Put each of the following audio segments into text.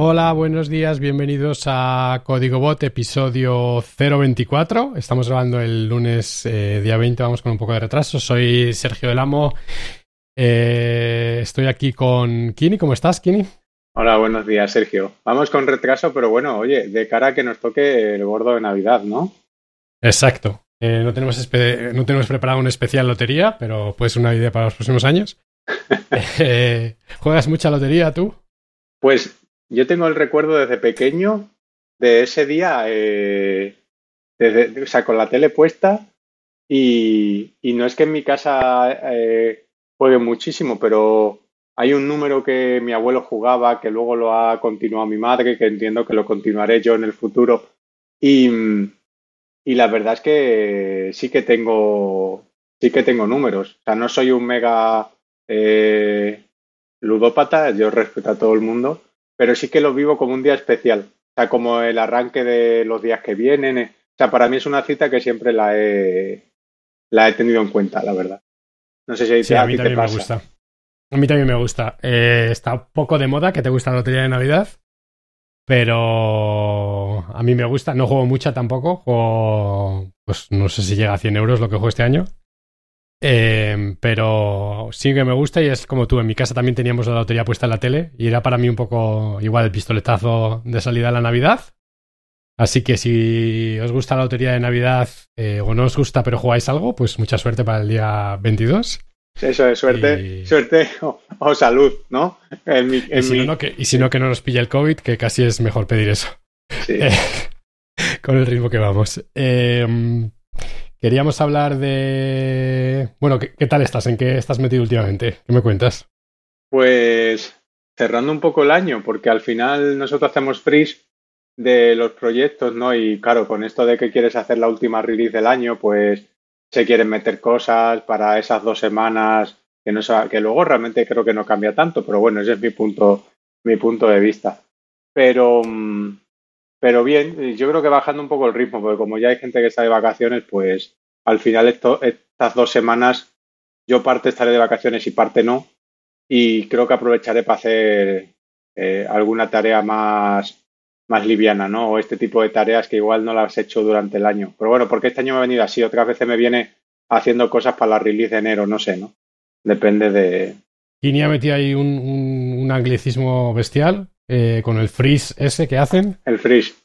Hola, buenos días, bienvenidos a Código Bot, episodio 024. Estamos grabando el lunes día 20, vamos con un poco de retraso. Soy Sergio del Amo. Estoy aquí con Kini. ¿Cómo estás, Kini? Hola, buenos días, Sergio. Vamos con retraso, pero bueno, oye, de cara a que nos toque el gordo de Navidad, ¿no? Exacto. No tenemos preparado una especial lotería, pero puede ser una idea para los próximos años. ¿Juegas mucha lotería tú? Pues yo tengo el recuerdo desde pequeño de ese día, o sea, con la tele puesta y no es que en mi casa juegue muchísimo, pero hay un número que mi abuelo jugaba, que luego lo ha continuado mi madre, que entiendo que lo continuaré yo en el futuro. Y, y la verdad es que sí que tengo números. O sea, no soy un mega eh, ludópata, yo respeto a todo el mundo, pero sí que lo vivo como un día especial. O sea, como el arranque de los días que vienen. O sea, para mí es una cita que siempre la he tenido en cuenta, la verdad. No sé si Sí, a a mí ti te también me pasa. gusta. A mí también me gusta. Está un poco de moda que te gusta la lotería de Navidad, pero a mí me gusta. No juego mucha tampoco. Juego, pues no sé si llega a 100 euros lo que juego este año. Pero sí que me gusta y es como tú. En mi casa también teníamos la lotería puesta en la tele y era para mí un poco igual el pistoletazo de salida de la Navidad. Así que si os gusta la lotería de Navidad o no os gusta pero jugáis algo, pues mucha suerte para el día 22. Eso es Y, suerte o salud, ¿no? y En si no, mi, no, y si no, que no nos pille el COVID, que casi es mejor pedir eso. sí. Eh, con el ritmo que vamos. Queríamos hablar de... Bueno, ¿qué tal estás? ¿En qué estás metido últimamente? ¿Qué me cuentas? Pues cerrando un poco el año, porque al final nosotros hacemos freeze de los proyectos, ¿no? Y claro, con esto de que quieres hacer la última release del año, pues se quieren meter cosas para esas 2 semanas que no que luego realmente creo que no cambia tanto, pero bueno, ese es mi punto de vista. Pero, pero bien, yo creo que bajando un poco el ritmo, porque como ya hay gente que está de vacaciones, pues al final estas 2 semanas yo parte estaré de vacaciones y parte no y creo que aprovecharé para hacer alguna tarea más liviana, ¿no? O este tipo de tareas que igual no las he hecho durante el año. Pero bueno, porque este año me ha venido así, otras veces me viene haciendo cosas para la release de enero, no sé, ¿no? Depende de... Kini ha metido ahí un anglicismo bestial con el freeze ese que hacen. El freeze.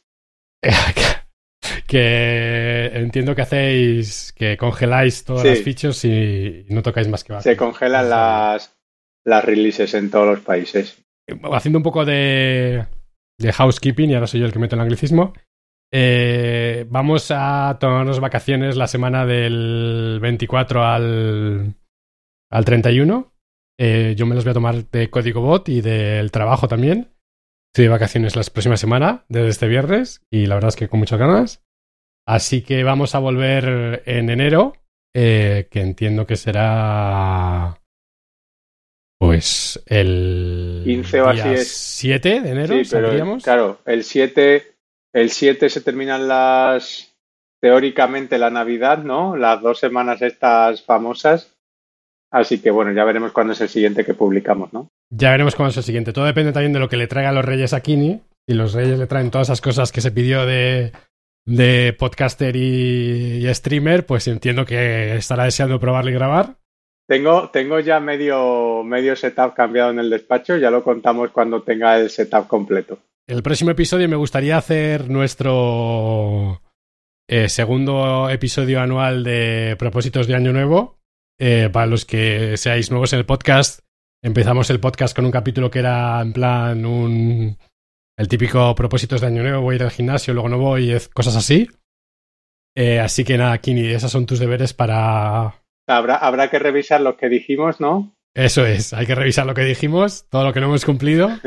Que entiendo que hacéis, que congeláis todas las Sí, fichas y no tocáis más que se base. Eso congelan está bien. las releases en todos los países. Haciendo un poco de housekeeping, y ahora soy yo el que meto el anglicismo, vamos a tomarnos vacaciones la semana del 24 al 31. Yo me las voy a tomar de Código Bot y del trabajo también. Estoy de vacaciones la próxima semana, desde este viernes, y la verdad es que con muchas ganas. Así que vamos a volver en enero, que entiendo que será pues el 15 o así día es. 7 de enero Sí, pero saldríamos. claro, el siete se terminan teóricamente la Navidad, ¿no? Las 2 semanas estas famosas. Así que bueno, ya veremos cuándo es el siguiente que publicamos, ¿no? Ya veremos cuándo es el siguiente. Todo depende también de lo que le traigan los Reyes a Kini. Si los Reyes le traen todas esas cosas que se pidió de podcaster y streamer, pues entiendo que estará deseando probarle y grabar. Tengo ya medio setup cambiado en el despacho, ya lo contamos cuando tenga el setup completo. El próximo episodio me gustaría hacer nuestro segundo episodio anual de propósitos de Año Nuevo. Para los que seáis nuevos en el podcast, empezamos el podcast con un capítulo que era en plan el típico propósitos de Año Nuevo, voy a ir al gimnasio, luego no voy, cosas así. Así que nada, Kini, esos son tus deberes para... Habrá que revisar los que dijimos, ¿no? Eso es, hay que revisar lo que dijimos, todo lo que no hemos cumplido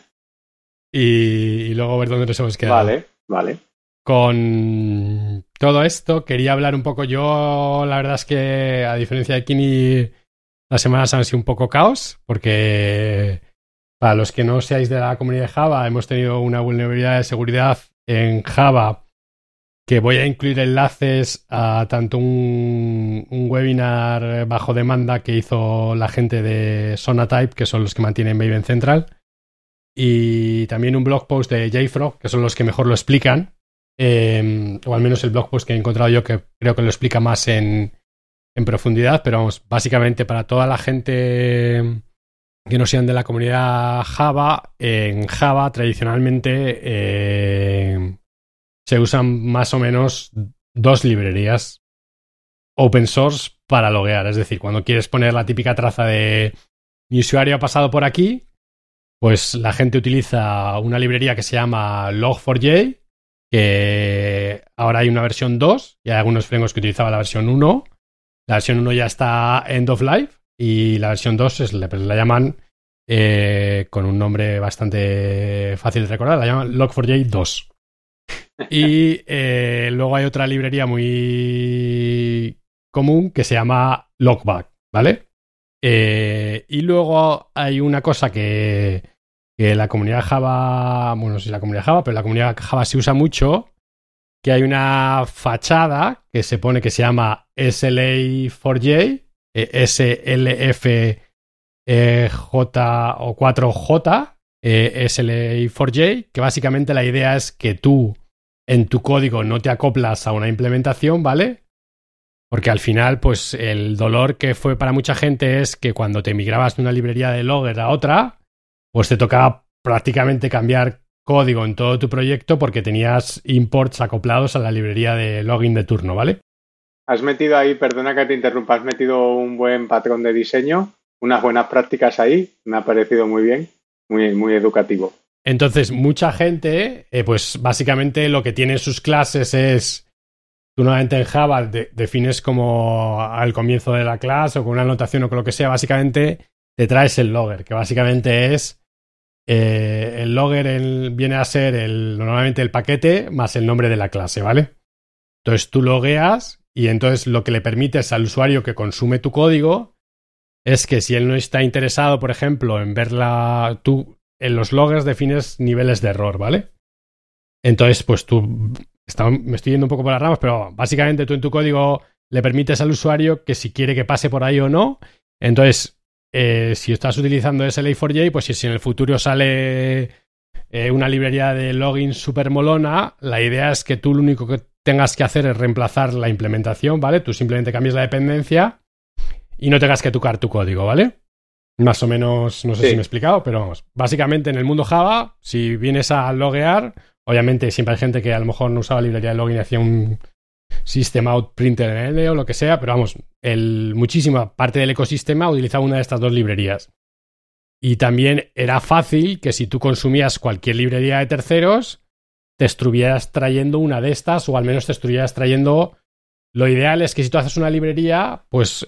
y luego ver dónde nos hemos quedado. Vale, vale. Con todo esto quería hablar un poco yo, la verdad es que a diferencia de Kini, las semanas han sido un poco caos, porque para los que no seáis de la comunidad de Java, hemos tenido una vulnerabilidad de seguridad en Java que voy a incluir enlaces a tanto un webinar bajo demanda que hizo la gente de Sonatype, que son los que mantienen Maven Central, y también un blog post de JFrog, que son los que mejor lo explican, o al menos el blog post que he encontrado yo que creo que lo explica más en profundidad, pero vamos, básicamente para toda la gente que no sean de la comunidad Java, en Java tradicionalmente se usan más o menos 2 librerías open source para loguear. Es decir, cuando quieres poner la típica traza de mi usuario ha pasado por aquí, pues la gente utiliza una librería que se llama Log4j, que ahora hay una versión 2 y hay algunos frameworks que utilizaban la versión 1. La versión 1 ya está end of life y la versión 2 la llaman con un nombre bastante fácil de recordar, la llaman Log4j 2. Y luego hay otra librería muy común que se llama Logback, ¿vale? Y luego hay una cosa que la comunidad Java, bueno, no sé si la comunidad Java, pero la comunidad Java se usa mucho, que hay una fachada que se pone que se llama SLA4j, SLF J o 4J, SLA4j, que básicamente la idea es que tú en tu código no te acoplas a una implementación, ¿vale? Porque al final, pues el dolor que fue para mucha gente es que cuando te migrabas de una librería de Logger a otra, pues te tocaba prácticamente cambiar código en todo tu proyecto porque tenías imports acoplados a la librería de login de turno, ¿vale? Has metido ahí, perdona que te interrumpa, has metido un buen patrón de diseño, unas buenas prácticas ahí, me ha parecido muy bien, muy educativo. Entonces, mucha gente, pues básicamente lo que tiene en sus clases es, tú normalmente en Java defines como al comienzo de la clase o con una anotación o con lo que sea, básicamente te traes el logger, que básicamente es, el logger viene a ser normalmente el paquete más el nombre de la clase, ¿vale? Entonces tú logueas y entonces lo que le permites al usuario que consume tu código es que si él no está interesado, por ejemplo, en verla, tú en los loggers defines niveles de error, ¿vale? Entonces, pues tú, me estoy yendo un poco por las ramas, pero básicamente tú en tu código le permites al usuario que si quiere que pase por ahí o no. Entonces, si estás utilizando SLA4j, pues si en el futuro sale una librería de login súper molona, la idea es que tú lo único que tengas que hacer es reemplazar la implementación, ¿vale? Tú simplemente cambias la dependencia y no tengas que tocar tu código, ¿vale? Más o menos, no sé si me he explicado, pero vamos. Básicamente en el mundo Java, si vienes a loguear, obviamente siempre hay gente que a lo mejor no usaba librería de login y hacía un system out println o lo que sea, pero vamos, muchísima parte del ecosistema utilizaba una de estas 2 librerías. Y también era fácil que si tú consumías cualquier librería de terceros, te estuvieras trayendo una de estas, o al menos te estuvieras trayendo. Lo ideal es que si tú haces una librería, pues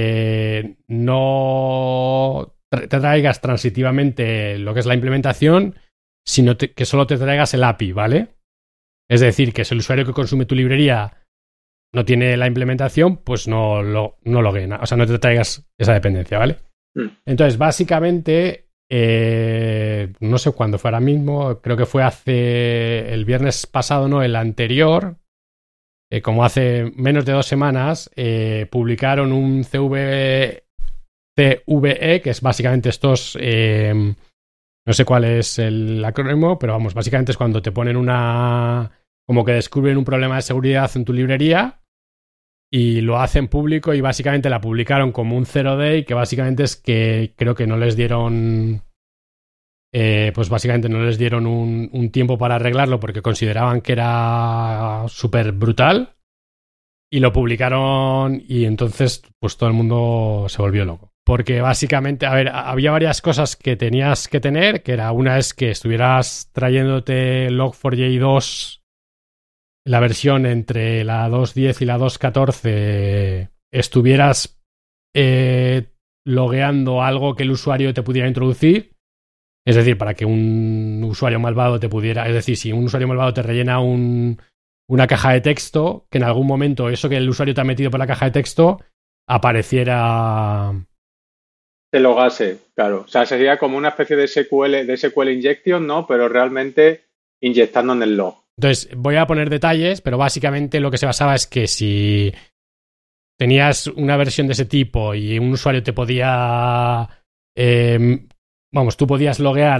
no te traigas transitivamente lo que es la implementación, sino que solo te traigas el API, ¿vale? Es decir, que si el usuario que consume tu librería no tiene la implementación, pues no logue, o sea, no te traigas esa dependencia, ¿vale? Entonces, básicamente, no sé cuándo fue ahora mismo, creo que fue hace el viernes pasado, no, el anterior, como hace menos de 2 semanas, publicaron un CVE, que es básicamente estos, no sé cuál es el acrónimo, pero vamos, básicamente es cuando te ponen como que descubren un problema de seguridad en tu librería y lo hacen público y básicamente la publicaron como un 0-day, que básicamente es que creo que no les dieron, pues básicamente no les dieron un tiempo para arreglarlo porque consideraban que era súper brutal y lo publicaron y entonces pues todo el mundo se volvió loco. Porque básicamente, a ver, había varias cosas que tenías que tener, que una es que estuvieras trayéndote Log4j 2, la versión entre la 2.10 y la 2.14, estuvieras logueando algo que el usuario te pudiera introducir. Es decir, para que un usuario malvado te pudiera... Es decir, si un usuario malvado te rellena una caja de texto, que en algún momento eso que el usuario te ha metido por la caja de texto apareciera... Te logase, claro. O sea, sería como una especie de SQL injection, ¿no? Pero realmente inyectando en el log. Entonces, voy a poner detalles, pero básicamente lo que se basaba es que si tenías una versión de ese tipo y un usuario te podía... tú podías loguear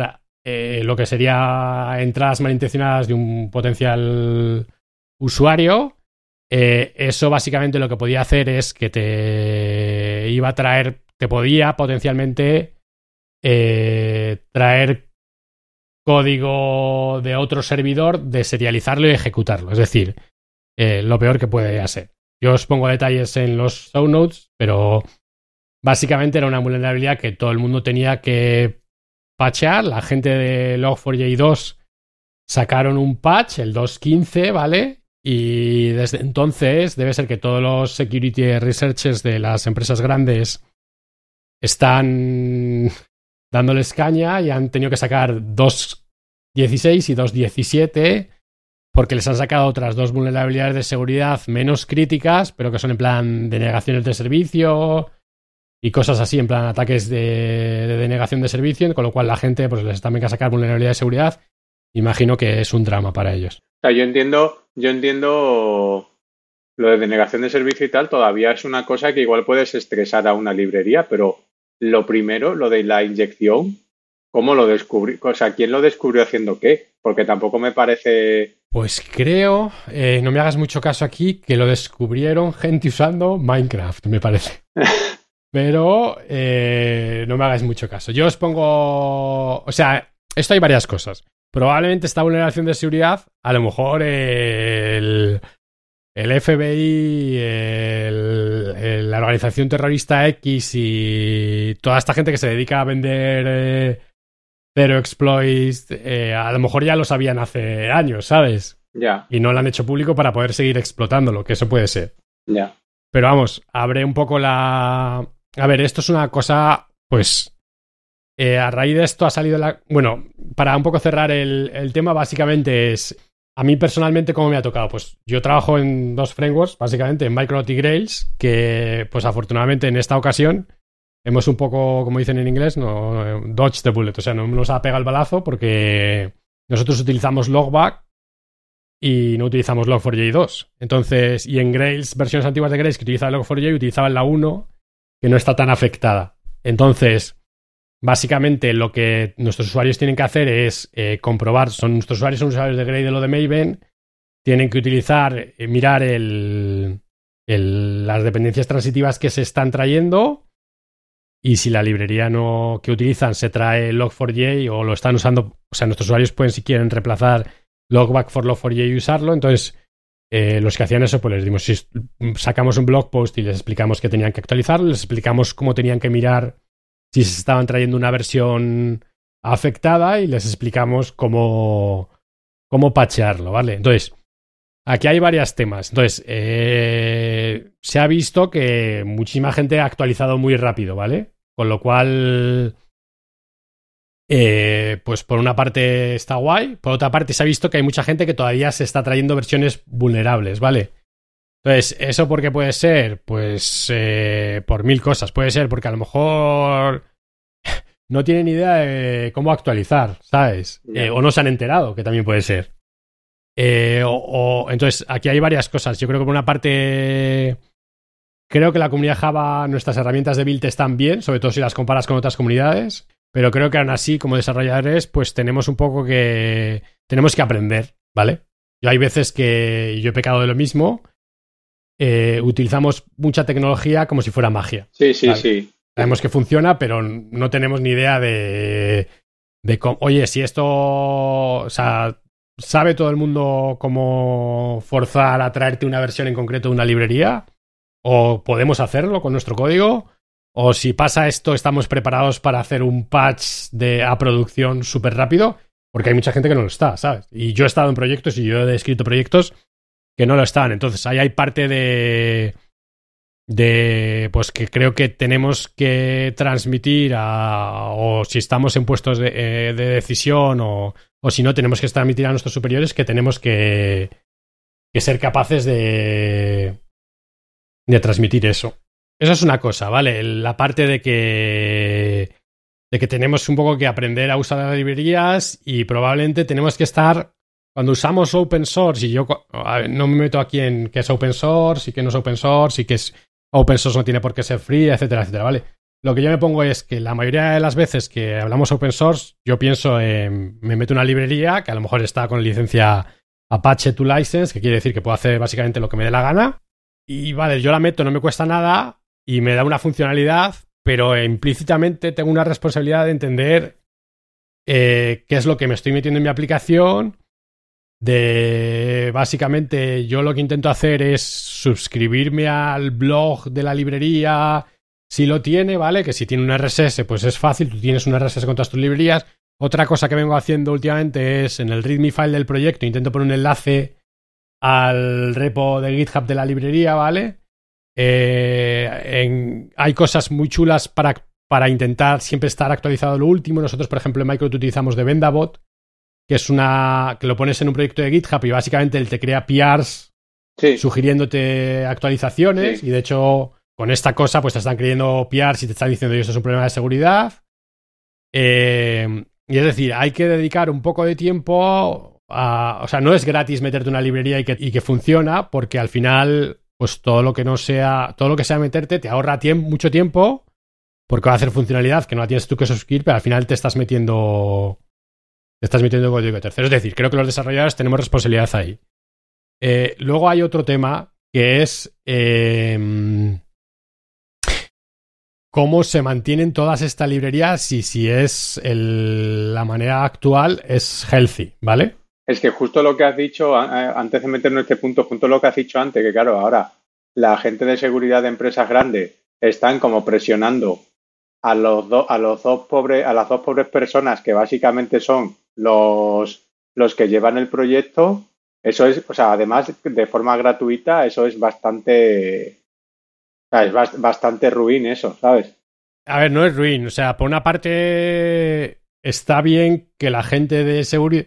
lo que sería entradas malintencionadas de un potencial usuario. Eso básicamente lo que podía hacer es que te iba a traer, te podía potencialmente traer código de otro servidor, deserializarlo y ejecutarlo. Es decir, lo peor que puede hacer. Yo os pongo detalles en los show notes, pero básicamente era una vulnerabilidad que todo el mundo tenía que patchear. La gente de Log4j2 sacaron un patch, el 2.15, ¿vale? Y desde entonces debe ser que todos los security researchers de las empresas grandes están dándoles caña y han tenido que sacar 2.16 y 2.17 porque les han sacado otras dos vulnerabilidades de seguridad menos críticas, pero que son en plan denegaciones de servicio y cosas así, en plan ataques de denegación de servicio, con lo cual la gente pues les también que sacar vulnerabilidad de seguridad. Imagino que es un drama para ellos. O sea, yo entiendo lo de denegación de servicio y tal, todavía es una cosa que igual puedes estresar a una librería, pero lo primero, lo de la inyección, ¿cómo lo descubrí? O sea, ¿quién lo descubrió haciendo qué? Porque tampoco me parece... Pues creo, no me hagas mucho caso aquí, que lo descubrieron gente usando Minecraft, me parece. Pero no me hagáis mucho caso. Yo os pongo... O sea, esto hay varias cosas. Probablemente esta vulneración de seguridad, a lo mejor el FBI, la organización terrorista X y toda esta gente que se dedica a vender Zero Exploits, a lo mejor ya lo sabían hace años, ¿sabes? Ya. Y no lo han hecho público para poder seguir explotándolo, que eso puede ser. Ya. Pero vamos, abre un poco la... A ver, esto es una cosa, pues... a raíz de esto ha salido la... Bueno, para un poco cerrar el tema, básicamente es... A mí personalmente, ¿cómo me ha tocado? Pues yo trabajo en dos frameworks, básicamente, en Micronaut y Grails, que pues afortunadamente en esta ocasión hemos un poco, como dicen en inglés, no dodge the bullet, o sea, no nos ha pegado el balazo porque nosotros utilizamos Logback y no utilizamos Log4j2. Entonces, y en Grails, versiones antiguas de Grails que utilizaban Log4j utilizaban la 1, que no está tan afectada. Entonces, básicamente lo que nuestros usuarios tienen que hacer es comprobar, nuestros usuarios son usuarios de Gradle o de Maven, tienen que utilizar, mirar las dependencias transitivas que se están trayendo y si la librería que utilizan se trae Log4j o lo están usando, o sea, nuestros usuarios pueden, si quieren, reemplazar Logback for Log4j y usarlo. Entonces, los que hacían eso, pues les dimos, si sacamos un blog post y les explicamos que tenían que actualizarlo, les explicamos cómo tenían que mirar si se estaban trayendo una versión afectada y les explicamos cómo patchearlo, ¿vale? Entonces, aquí hay varios temas. Entonces, se ha visto que muchísima gente ha actualizado muy rápido, ¿vale? Con lo cual, pues por una parte está guay, por otra parte se ha visto que hay mucha gente que todavía se está trayendo versiones vulnerables, ¿vale? Entonces, ¿eso por qué puede ser? Pues por mil cosas. Puede ser porque a lo mejor no tienen idea de cómo actualizar, ¿sabes? O no se han enterado, que también puede ser. Entonces, aquí hay varias cosas. Yo creo que por una parte, creo que la comunidad Java, nuestras herramientas de build están bien, sobre todo si las comparas con otras comunidades, pero creo que aún así, como desarrolladores, pues tenemos un poco que... Tenemos que aprender, ¿vale? Yo hay veces que yo he pecado de lo mismo. Utilizamos mucha tecnología como si fuera magia. Sí, sí, ¿vale? sí. Sabemos que funciona, pero no tenemos ni idea de cómo... Oye, si esto... O sea, ¿sabe todo el mundo cómo forzar a traerte una versión en concreto de una librería? ¿O podemos hacerlo con nuestro código? ¿O si pasa esto, estamos preparados para hacer un patch a producción súper rápido? Porque hay mucha gente que no lo está, ¿sabes? Y yo he estado en proyectos y yo he escrito proyectos que no lo están. Entonces, ahí hay parte de pues que creo que tenemos que transmitir o si estamos en puestos de decisión o si no, tenemos que transmitir a nuestros superiores que tenemos que ser capaces de transmitir eso. Eso es una cosa, ¿vale? La parte de que tenemos un poco que aprender a usar las librerías y probablemente tenemos que estar... Cuando usamos open source, y yo no me meto aquí en qué es open source y qué no es open source y qué es open source no tiene por qué ser free, etcétera, etcétera, ¿vale? lo que yo me pongo es que la mayoría de las veces que hablamos open source, yo pienso en, me meto una librería que a lo mejor está con licencia Apache to License, que quiere decir que puedo hacer básicamente lo que me dé la gana. Y vale, yo la meto, no me cuesta nada y me da una funcionalidad, pero implícitamente tengo una responsabilidad de entender qué es lo que me estoy metiendo en mi aplicación. De básicamente yo lo que intento hacer es suscribirme al blog de la librería si lo tiene, ¿vale? Que si tiene un RSS pues es fácil, tú tienes un RSS con todas tus librerías. Otra cosa que vengo haciendo últimamente es en el readme file del proyecto intento poner un enlace al repo de GitHub de la librería, ¿vale? Hay cosas muy chulas para intentar siempre estar actualizado a lo último. Nosotros, por ejemplo, en Microsoft utilizamos de Vendabot, que es que lo pones en un proyecto de GitHub y básicamente él te crea PRs sugiriéndote actualizaciones y de hecho con esta cosa pues te están creyendo PRs y te están diciendo esto es un problema de seguridad. Y es decir, hay que dedicar un poco de tiempo o sea, no es gratis meterte una librería y que funciona, porque al final pues todo lo que sea meterte te ahorra mucho tiempo, porque va a hacer funcionalidad que no la tienes tú que suscribir, pero al final te estás metiendo código tercero. Es decir, creo que los desarrolladores tenemos responsabilidad ahí. Luego hay otro tema que es cómo se mantienen todas estas librerías y si es la manera actual es healthy, ¿vale? Es que justo lo que has dicho, antes de meternos en este punto, justo lo que has dicho antes, que claro, ahora la gente de seguridad de empresas grandes están como presionando a las dos pobres personas que básicamente son los que llevan el proyecto. Eso es, o sea, además de forma gratuita, eso es bastante, es bastante ruin eso, ¿sabes? A ver, no es ruin, o sea, por una parte está bien que la gente de seguridad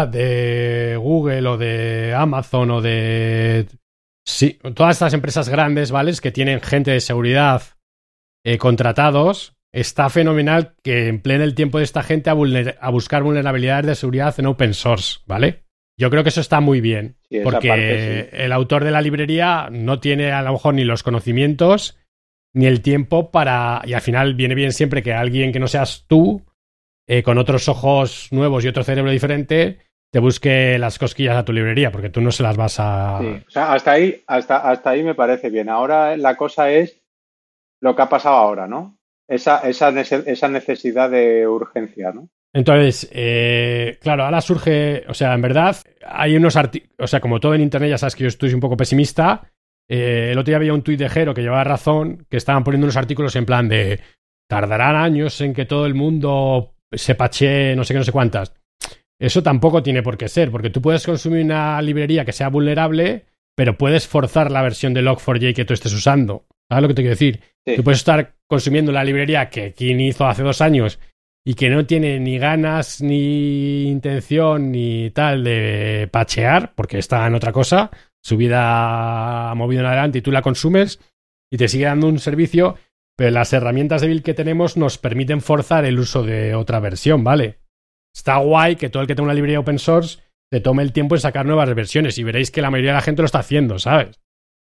de Google o de Amazon o de todas estas empresas grandes, ¿vale? Que tienen gente de seguridad contratados, está fenomenal que empleen el tiempo de esta gente a buscar vulnerabilidades de seguridad en open source, ¿vale? Yo creo que eso está muy bien, sí, porque parte, sí. El autor de la librería no tiene a lo mejor ni los conocimientos ni el tiempo y al final viene bien siempre que alguien que no seas tú, con otros ojos nuevos y otro cerebro diferente, te busque las cosquillas a tu librería, porque tú no se las vas a... Sí. O sea, hasta ahí me parece bien. Ahora la cosa es lo que ha pasado ahora, ¿no? Esa necesidad de urgencia, ¿no? Entonces, claro, ahora surge, o sea, en verdad, hay unos artículos, o sea, como todo en internet, ya sabes que yo estoy un poco pesimista. El otro día había un tuit de Jero que llevaba razón, que estaban poniendo unos artículos en plan de tardarán años en que todo el mundo se pachee no sé qué, no sé cuántas. Eso tampoco tiene por qué ser, porque tú puedes consumir una librería que sea vulnerable, pero puedes forzar la versión de Log4j que tú estés usando. ¿Sabes lo que te quiero decir? Sí. Tú puedes estar consumiendo la librería que King hizo hace 2 años y que no tiene ni ganas, ni intención, ni tal de pachear, porque está en otra cosa, su vida ha movido en adelante y tú la consumes y te sigue dando un servicio, pero las herramientas de build que tenemos nos permiten forzar el uso de otra versión, ¿vale? Está guay que todo el que tenga una librería open source se tome el tiempo en sacar nuevas versiones y veréis que la mayoría de la gente lo está haciendo, ¿sabes?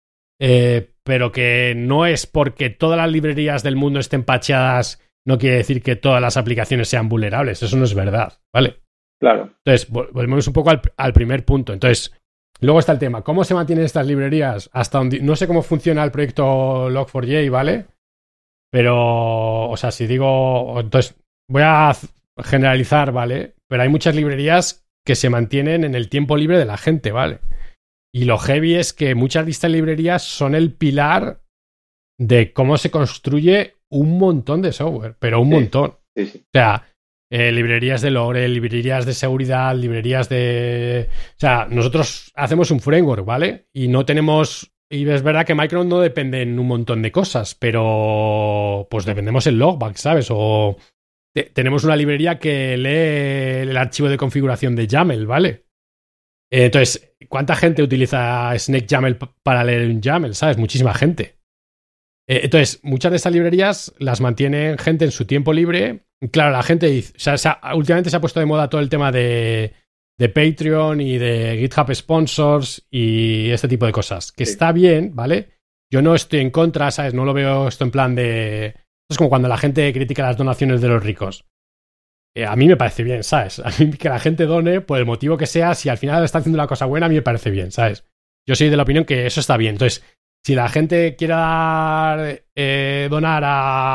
Pero que no es porque todas las librerías del mundo estén pacheadas, no quiere decir que todas las aplicaciones sean vulnerables. Eso no es verdad, ¿vale? Claro. Entonces, volvemos un poco al primer punto. Entonces, luego está el tema. ¿Cómo se mantienen estas librerías? Hasta donde no sé cómo funciona el proyecto Log4j, ¿vale? Pero, o sea, si digo... Entonces, voy a generalizar, ¿vale? Pero hay muchas librerías que se mantienen en el tiempo libre de la gente, ¿vale? Y lo heavy es que muchas de estas librerías son el pilar de cómo se construye un montón de software, pero un montón. Sí, sí. O sea, librerías de lore, librerías de seguridad, librerías de... O sea, nosotros hacemos un framework, ¿vale? Y no tenemos... Y es verdad que Microsoft no depende en un montón de cosas, pero pues dependemos en Logback, ¿sabes? O tenemos una librería que lee el archivo de configuración de YAML, ¿vale? Entonces, ¿cuánta gente utiliza SnakeYAML para leer un YAML? ¿Sabes? Muchísima gente. Entonces, muchas de estas librerías las mantienen gente en su tiempo libre. Claro, la gente dice... O sea, últimamente se ha puesto de moda todo el tema de Patreon y de GitHub Sponsors y este tipo de cosas. Que está bien, ¿vale? Yo no estoy en contra, ¿sabes? No lo veo esto en plan de Es como cuando la gente critica las donaciones de los ricos. A mí me parece bien, ¿sabes? A mí que la gente done, por el motivo que sea, si al final está haciendo una cosa buena, a mí me parece bien, ¿sabes? Yo soy de la opinión que eso está bien. Entonces, si la gente quiere donar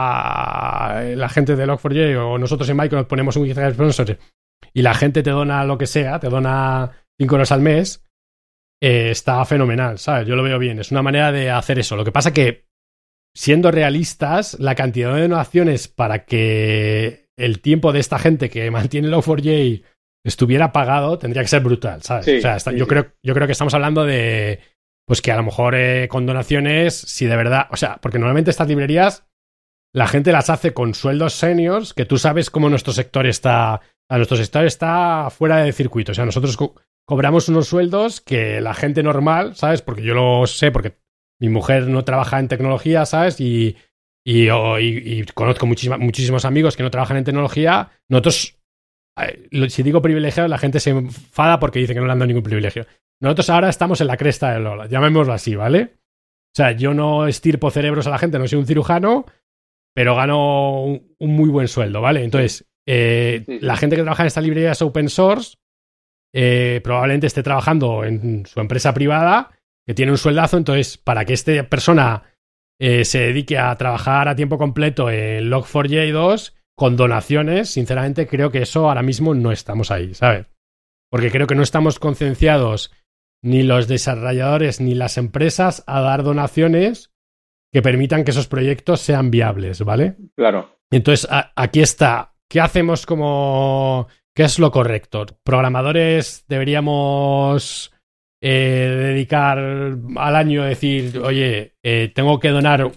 a la gente de Log4j o nosotros en Microsoft ponemos un GitHub Sponsor y la gente te dona lo que sea, te dona 5 euros al mes, está fenomenal, ¿sabes? Yo lo veo bien. Es una manera de hacer eso. Lo que pasa que, siendo realistas, la cantidad de donaciones para que el tiempo de esta gente que mantiene Log4j estuviera pagado tendría que ser brutal, ¿sabes? Sí, o sea, yo creo que estamos hablando de pues que a lo mejor con donaciones, si de verdad, o sea, porque normalmente estas librerías la gente las hace con sueldos seniors, que tú sabes cómo nuestro sector está fuera de circuito. O sea, nosotros cobramos unos sueldos que la gente normal, ¿sabes? Porque yo lo sé, porque mi mujer no trabaja en tecnología, ¿sabes? Y conozco muchísimos amigos que no trabajan en tecnología. Nosotros, si digo privilegiado, la gente se enfada porque dice que no le han dado ningún privilegio. Nosotros ahora estamos en la cresta de Lola, llamémoslo así, ¿vale? O sea, yo no estirpo cerebros a la gente, no soy un cirujano, pero gano un muy buen sueldo, ¿vale? Entonces, la gente que trabaja en esta librería es open source, probablemente esté trabajando en su empresa privada, que tiene un sueldazo. Entonces, para que esta persona se dedique a trabajar a tiempo completo en Log4j2 con donaciones, sinceramente creo que eso ahora mismo no estamos ahí, ¿sabes? Porque creo que no estamos concienciados ni los desarrolladores ni las empresas a dar donaciones que permitan que esos proyectos sean viables, ¿vale? Claro. Entonces, aquí está. ¿Qué hacemos ¿Qué es lo correcto? ¿Programadores deberíamos dedicar al año a decir, oye, tengo que donar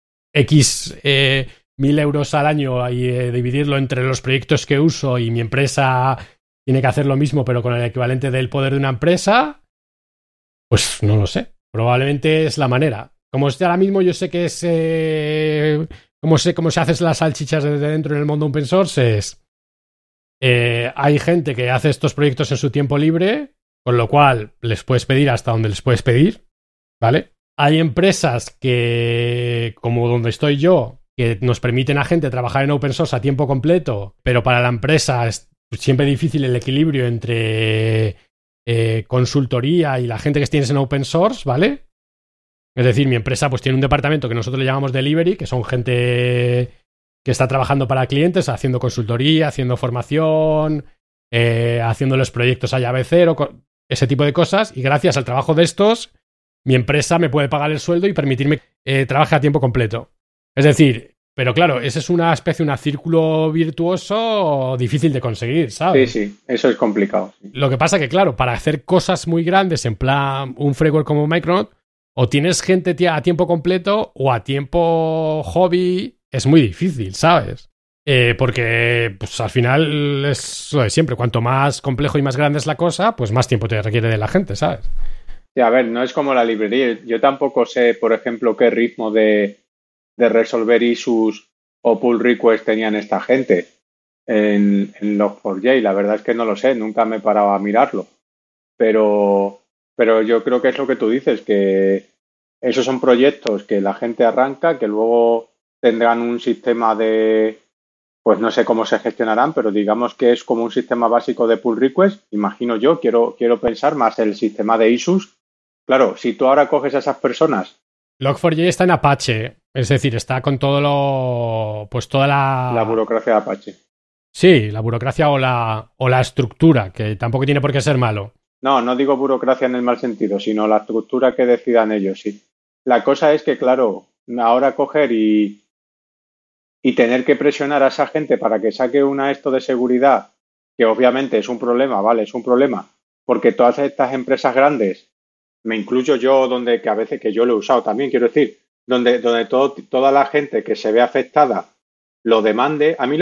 X 1.000 euros al año y dividirlo entre los proyectos que uso, y mi empresa tiene que hacer lo mismo pero con el equivalente del poder de una empresa? Pues no lo sé. Probablemente es la manera. Como es ahora mismo, yo sé que es... cómo se hacen las salchichas desde dentro en el mundo open source es... hay gente que hace estos proyectos en su tiempo libre, con lo cual les puedes pedir hasta donde les puedes pedir, ¿vale? Hay empresas que, como donde estoy yo, que nos permiten a gente trabajar en open source a tiempo completo, pero para la empresa es siempre difícil el equilibrio entre consultoría y la gente que tienes en open source, ¿vale? Es decir, mi empresa pues tiene un departamento que nosotros le llamamos delivery, que son gente que está trabajando para clientes, haciendo consultoría, haciendo formación, haciendo los proyectos a llave cero, ese tipo de cosas, y gracias al trabajo de estos, mi empresa me puede pagar el sueldo y permitirme que trabaje a tiempo completo. Es decir, pero claro, ese es una especie, un círculo virtuoso difícil de conseguir, ¿sabes? Sí, eso es complicado. Sí. Lo que pasa que, claro, para hacer cosas muy grandes, en plan un framework como Micronaut, o tienes gente a tiempo completo o a tiempo hobby, es muy difícil, ¿sabes? Porque pues al final es lo de siempre. Cuanto más complejo y más grande es la cosa, pues más tiempo te requiere de la gente, ¿sabes? Sí, a ver, no es como la librería. Yo tampoco sé, por ejemplo, qué ritmo de resolver issues o pull requests tenían esta gente en Log4j. La verdad es que no lo sé, nunca me he parado a mirarlo. Pero yo creo que es lo que tú dices, que esos son proyectos que la gente arranca, que luego tendrán un sistema de, pues no sé cómo se gestionarán, pero digamos que es como un sistema básico de pull request. Imagino yo, quiero pensar más el sistema de issues. Claro, si tú ahora coges a esas personas... Log4j está en Apache, es decir, está con todo lo... pues toda la burocracia de Apache. Sí, la burocracia o la estructura, que tampoco tiene por qué ser malo. No digo burocracia en el mal sentido, sino la estructura que decidan ellos, sí. La cosa es que, claro, ahora coger y tener que presionar a esa gente para que saque esto de seguridad, que obviamente es un problema, ¿vale? Es un problema, porque todas estas empresas grandes, me incluyo yo, que a veces que yo lo he usado también, quiero decir, donde toda la gente que se ve afectada lo demande. A mí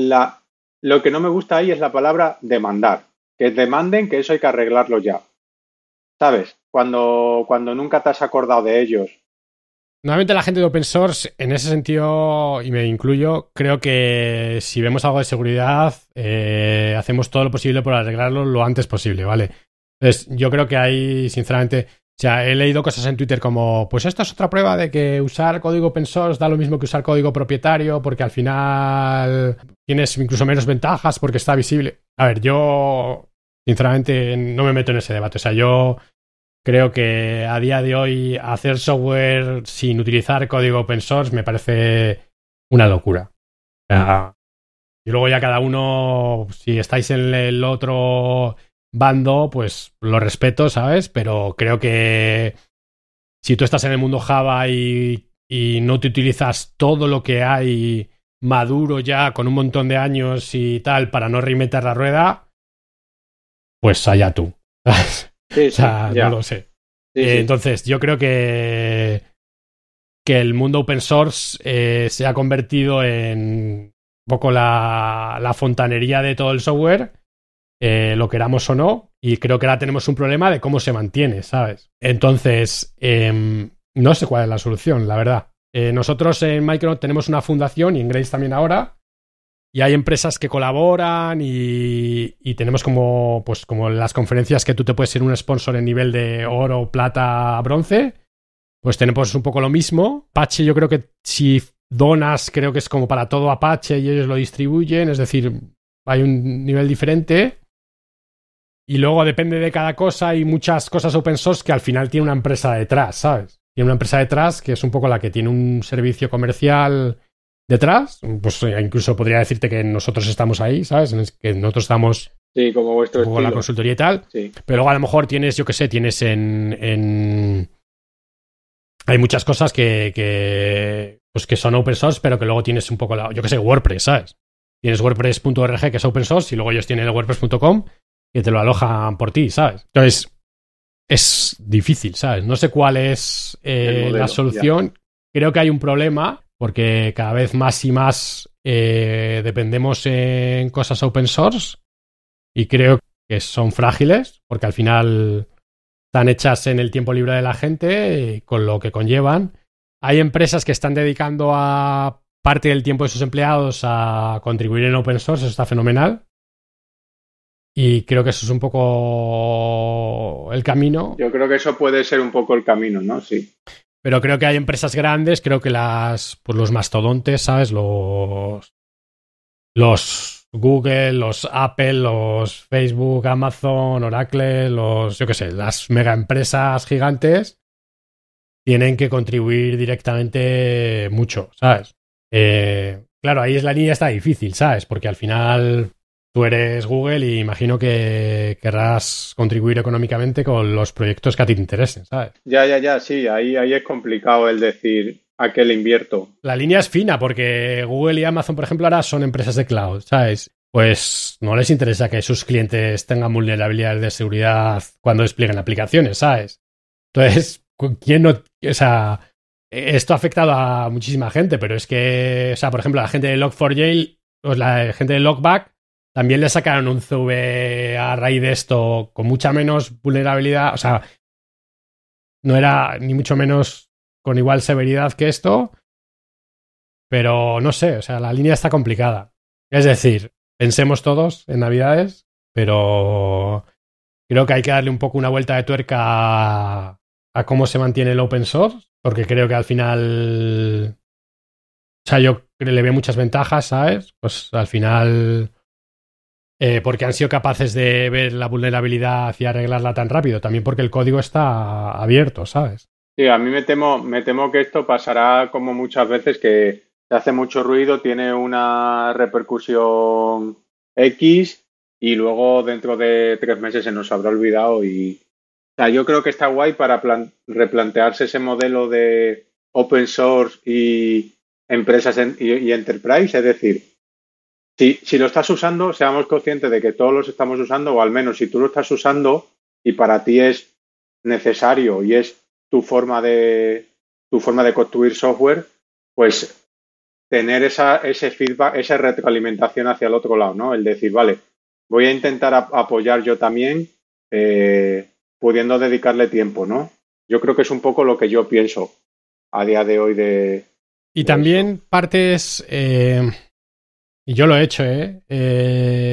lo que no me gusta ahí es la palabra demandar. Que demanden, que eso hay que arreglarlo ya. ¿Sabes? Cuando nunca te has acordado de ellos. Normalmente la gente de open source, en ese sentido, y me incluyo, creo que si vemos algo de seguridad, hacemos todo lo posible por arreglarlo lo antes posible, ¿vale? Entonces, yo creo que hay, sinceramente, O sea, he leído cosas en Twitter como, pues esto es otra prueba de que usar código open source da lo mismo que usar código propietario porque al final tienes incluso menos ventajas porque está visible. A ver, yo sinceramente no me meto en ese debate. O sea, yo creo que a día de hoy hacer software sin utilizar código open source me parece una locura. O sea, y luego ya cada uno, si estáis en el otro bando, pues lo respeto, ¿sabes? Pero creo que si tú estás en el mundo Java y no te utilizas todo lo que hay maduro ya con un montón de años y tal para no reinventar la rueda, pues allá tú. Sí, O sea, ya. no lo sé. Sí, sí. Entonces, yo creo que el mundo open source se ha convertido en un poco la fontanería de todo el software, lo queramos o no, y creo que ahora tenemos un problema de cómo se mantiene, ¿sabes? Entonces, no sé cuál es la solución, la verdad. Nosotros en Micronaut tenemos una fundación y en Grace también ahora, y hay empresas que colaboran y tenemos como, pues, como las conferencias que tú te puedes ser un sponsor en nivel de oro, plata, bronce. Pues tenemos un poco lo mismo. Apache, yo creo que si donas, creo que es como para todo Apache y ellos lo distribuyen, es decir, hay un nivel diferente. Y luego depende de cada cosa, hay muchas cosas open source que al final tiene una empresa detrás, ¿sabes? Tiene una empresa detrás que es un poco la que tiene un servicio comercial detrás. Pues incluso podría decirte que nosotros estamos ahí, ¿sabes? Que nosotros estamos Sí, como vuestro un poco en la estilo. consultoría y tal. Sí. Pero luego a lo mejor tienes, yo qué sé, tienes en hay muchas cosas pues que son open source, pero que luego tienes un poco yo que sé, WordPress, ¿sabes? Tienes WordPress.org que es open source y luego ellos tienen el WordPress.com que te lo alojan por ti, ¿sabes? Entonces, es difícil, ¿sabes? No sé cuál es modelo, la solución. Ya. Creo que hay un problema porque cada vez más y más dependemos en cosas open source y creo que son frágiles porque al final están hechas en el tiempo libre de la gente, con lo que conllevan. Hay empresas que están dedicando a parte del tiempo de sus empleados a contribuir en open source, eso está fenomenal. Y creo que eso es un poco el camino. Yo creo que eso puede ser un poco el camino, ¿no? Sí. Pero creo que hay empresas grandes, creo que pues los mastodontes, ¿sabes? Los Google, los Apple, los Facebook, Amazon, Oracle, yo qué sé, las mega empresas gigantes tienen que contribuir directamente mucho, ¿sabes? Claro, ahí es la línea está difícil, ¿sabes? Porque al final tú eres Google y imagino que querrás contribuir económicamente con los proyectos que a ti te interesen, ¿sabes? Ya, sí, ahí es complicado el decir a qué le invierto. La línea es fina porque Google y Amazon, por ejemplo, ahora son empresas de cloud, ¿sabes? Pues no les interesa que sus clientes tengan vulnerabilidades de seguridad cuando desplieguen aplicaciones, ¿sabes? Entonces, ¿quién no...? O sea, esto ha afectado a muchísima gente, pero es que, o sea, por ejemplo, la gente de Log4j, pues la gente de Logback, también le sacaron un CV a raíz de esto con mucha menos vulnerabilidad, o sea, no era ni mucho menos con igual severidad que esto, pero no sé, o sea, la línea está complicada. Es decir, pensemos todos en Navidades, pero creo que hay que darle un poco una vuelta de tuerca a cómo se mantiene el open source, porque creo que al final, o sea, yo le veo muchas ventajas, ¿sabes? Pues al final, porque han sido capaces de ver la vulnerabilidad y arreglarla tan rápido, también porque el código está abierto, ¿sabes? Sí, a mí me temo que esto pasará como muchas veces que se hace mucho ruido, tiene una repercusión X y luego dentro de 3 meses se nos habrá olvidado y o sea, yo creo que está guay para replantearse ese modelo de open source y empresas y enterprise, es decir, si lo estás usando, seamos conscientes de que todos los estamos usando, o al menos si tú lo estás usando y para ti es necesario y es tu forma de construir software, pues tener ese feedback, esa retroalimentación hacia el otro lado, ¿no? El decir, vale, voy a intentar apoyar yo también, pudiendo dedicarle tiempo, ¿no? Yo creo que es un poco lo que yo pienso a día de hoy Y de también esto. partes, y yo lo he hecho,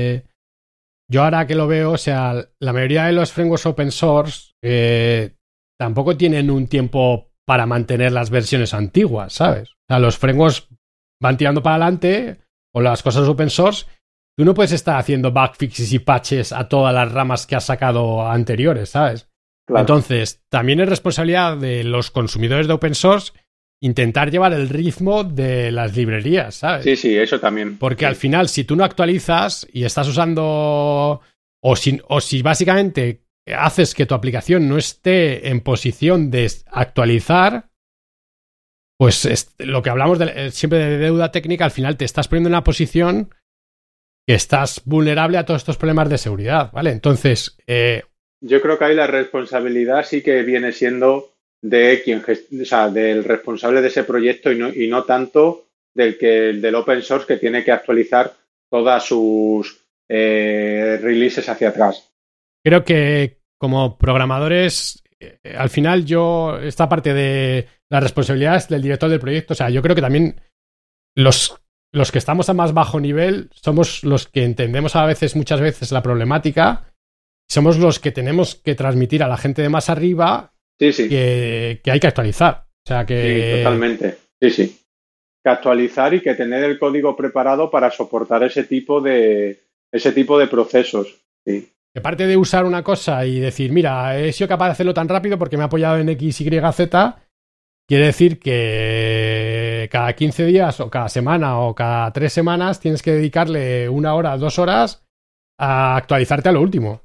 yo ahora que lo veo, o sea, la mayoría de los frameworks open source tampoco tienen un tiempo para mantener las versiones antiguas, ¿sabes? O sea, los frameworks van tirando para adelante, o las cosas open source. Tú no puedes estar haciendo bug fixes y patches a todas las ramas que has sacado anteriores, ¿sabes? Claro. Entonces, también es responsabilidad de los consumidores de open source intentar llevar el ritmo de las librerías, ¿sabes? Sí, eso también. Porque al final, si tú no actualizas y estás usando... O si básicamente haces que tu aplicación no esté en posición de actualizar, pues lo que hablamos siempre de deuda técnica, al final te estás poniendo en una posición que estás vulnerable a todos estos problemas de seguridad, ¿vale? Entonces... Yo creo que ahí la responsabilidad sí que viene siendo de quien, o sea, del responsable de ese proyecto y no tanto del open source que tiene que actualizar todas sus releases hacia atrás. Creo que como programadores, al final esta parte de la responsabilidad es del director del proyecto. O sea, yo creo que también los que estamos a más bajo nivel somos los que entendemos muchas veces la problemática. Somos los que tenemos que transmitir a la gente de más arriba que hay que actualizar. O sea que... Sí, totalmente. Sí. Que actualizar y que tener el código preparado para soportar ese tipo de procesos. Sí. Aparte de usar una cosa y decir, mira, he sido capaz de hacerlo tan rápido porque me he apoyado en X, Y, Z, quiere decir que cada 15 días o cada semana o cada 3 semanas tienes que dedicarle 1 hora, 2 horas a actualizarte a lo último.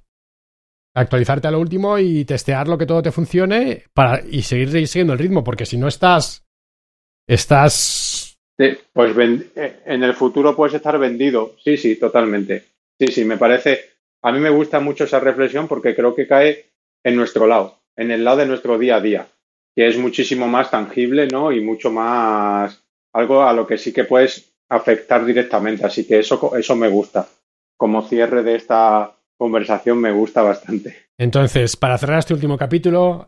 Y testear lo que todo te funcione y seguir siguiendo el ritmo, porque si no estás... Sí, pues en el futuro puedes estar vendido. Sí, totalmente. Sí, me parece... A mí me gusta mucho esa reflexión porque creo que cae en nuestro lado, en el lado de nuestro día a día, que es muchísimo más tangible, ¿no? Y mucho más algo a lo que sí que puedes afectar directamente. Así que eso me gusta. Como cierre de esta conversación me gusta bastante. Entonces, para cerrar este último capítulo,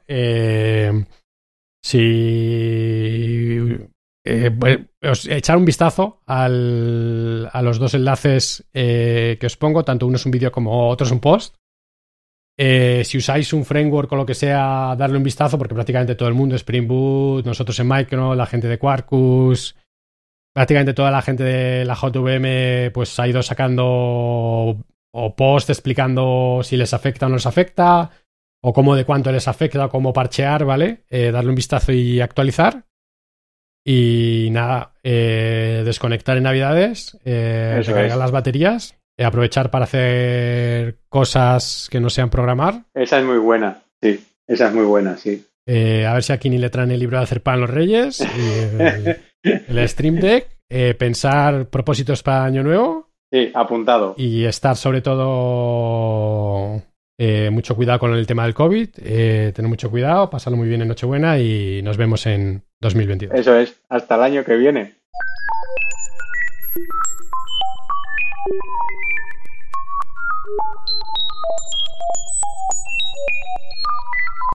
echar un vistazo a los 2 enlaces que os pongo, tanto uno es un vídeo como otro es un post. Si usáis un framework o lo que sea, darle un vistazo, porque prácticamente todo el mundo, Spring Boot, nosotros en Micro, la gente de Quarkus, prácticamente toda la gente de la JVM pues ha ido sacando o post explicando si les afecta o no les afecta, o cómo de cuánto les afecta, o cómo parchear, ¿vale? Darle un vistazo y actualizar. Y nada, desconectar en Navidades, recargar las baterías, aprovechar para hacer cosas que no sean programar. Esa es muy buena, sí. A ver si a Kini le traen el libro de hacer pan los Reyes, y el Stream Deck, pensar propósitos para Año Nuevo. Sí, apuntado. Y estar sobre todo mucho cuidado con el tema del COVID, tener mucho cuidado, pasarlo muy bien en Nochebuena y nos vemos en 2022. Eso es, hasta el año que viene.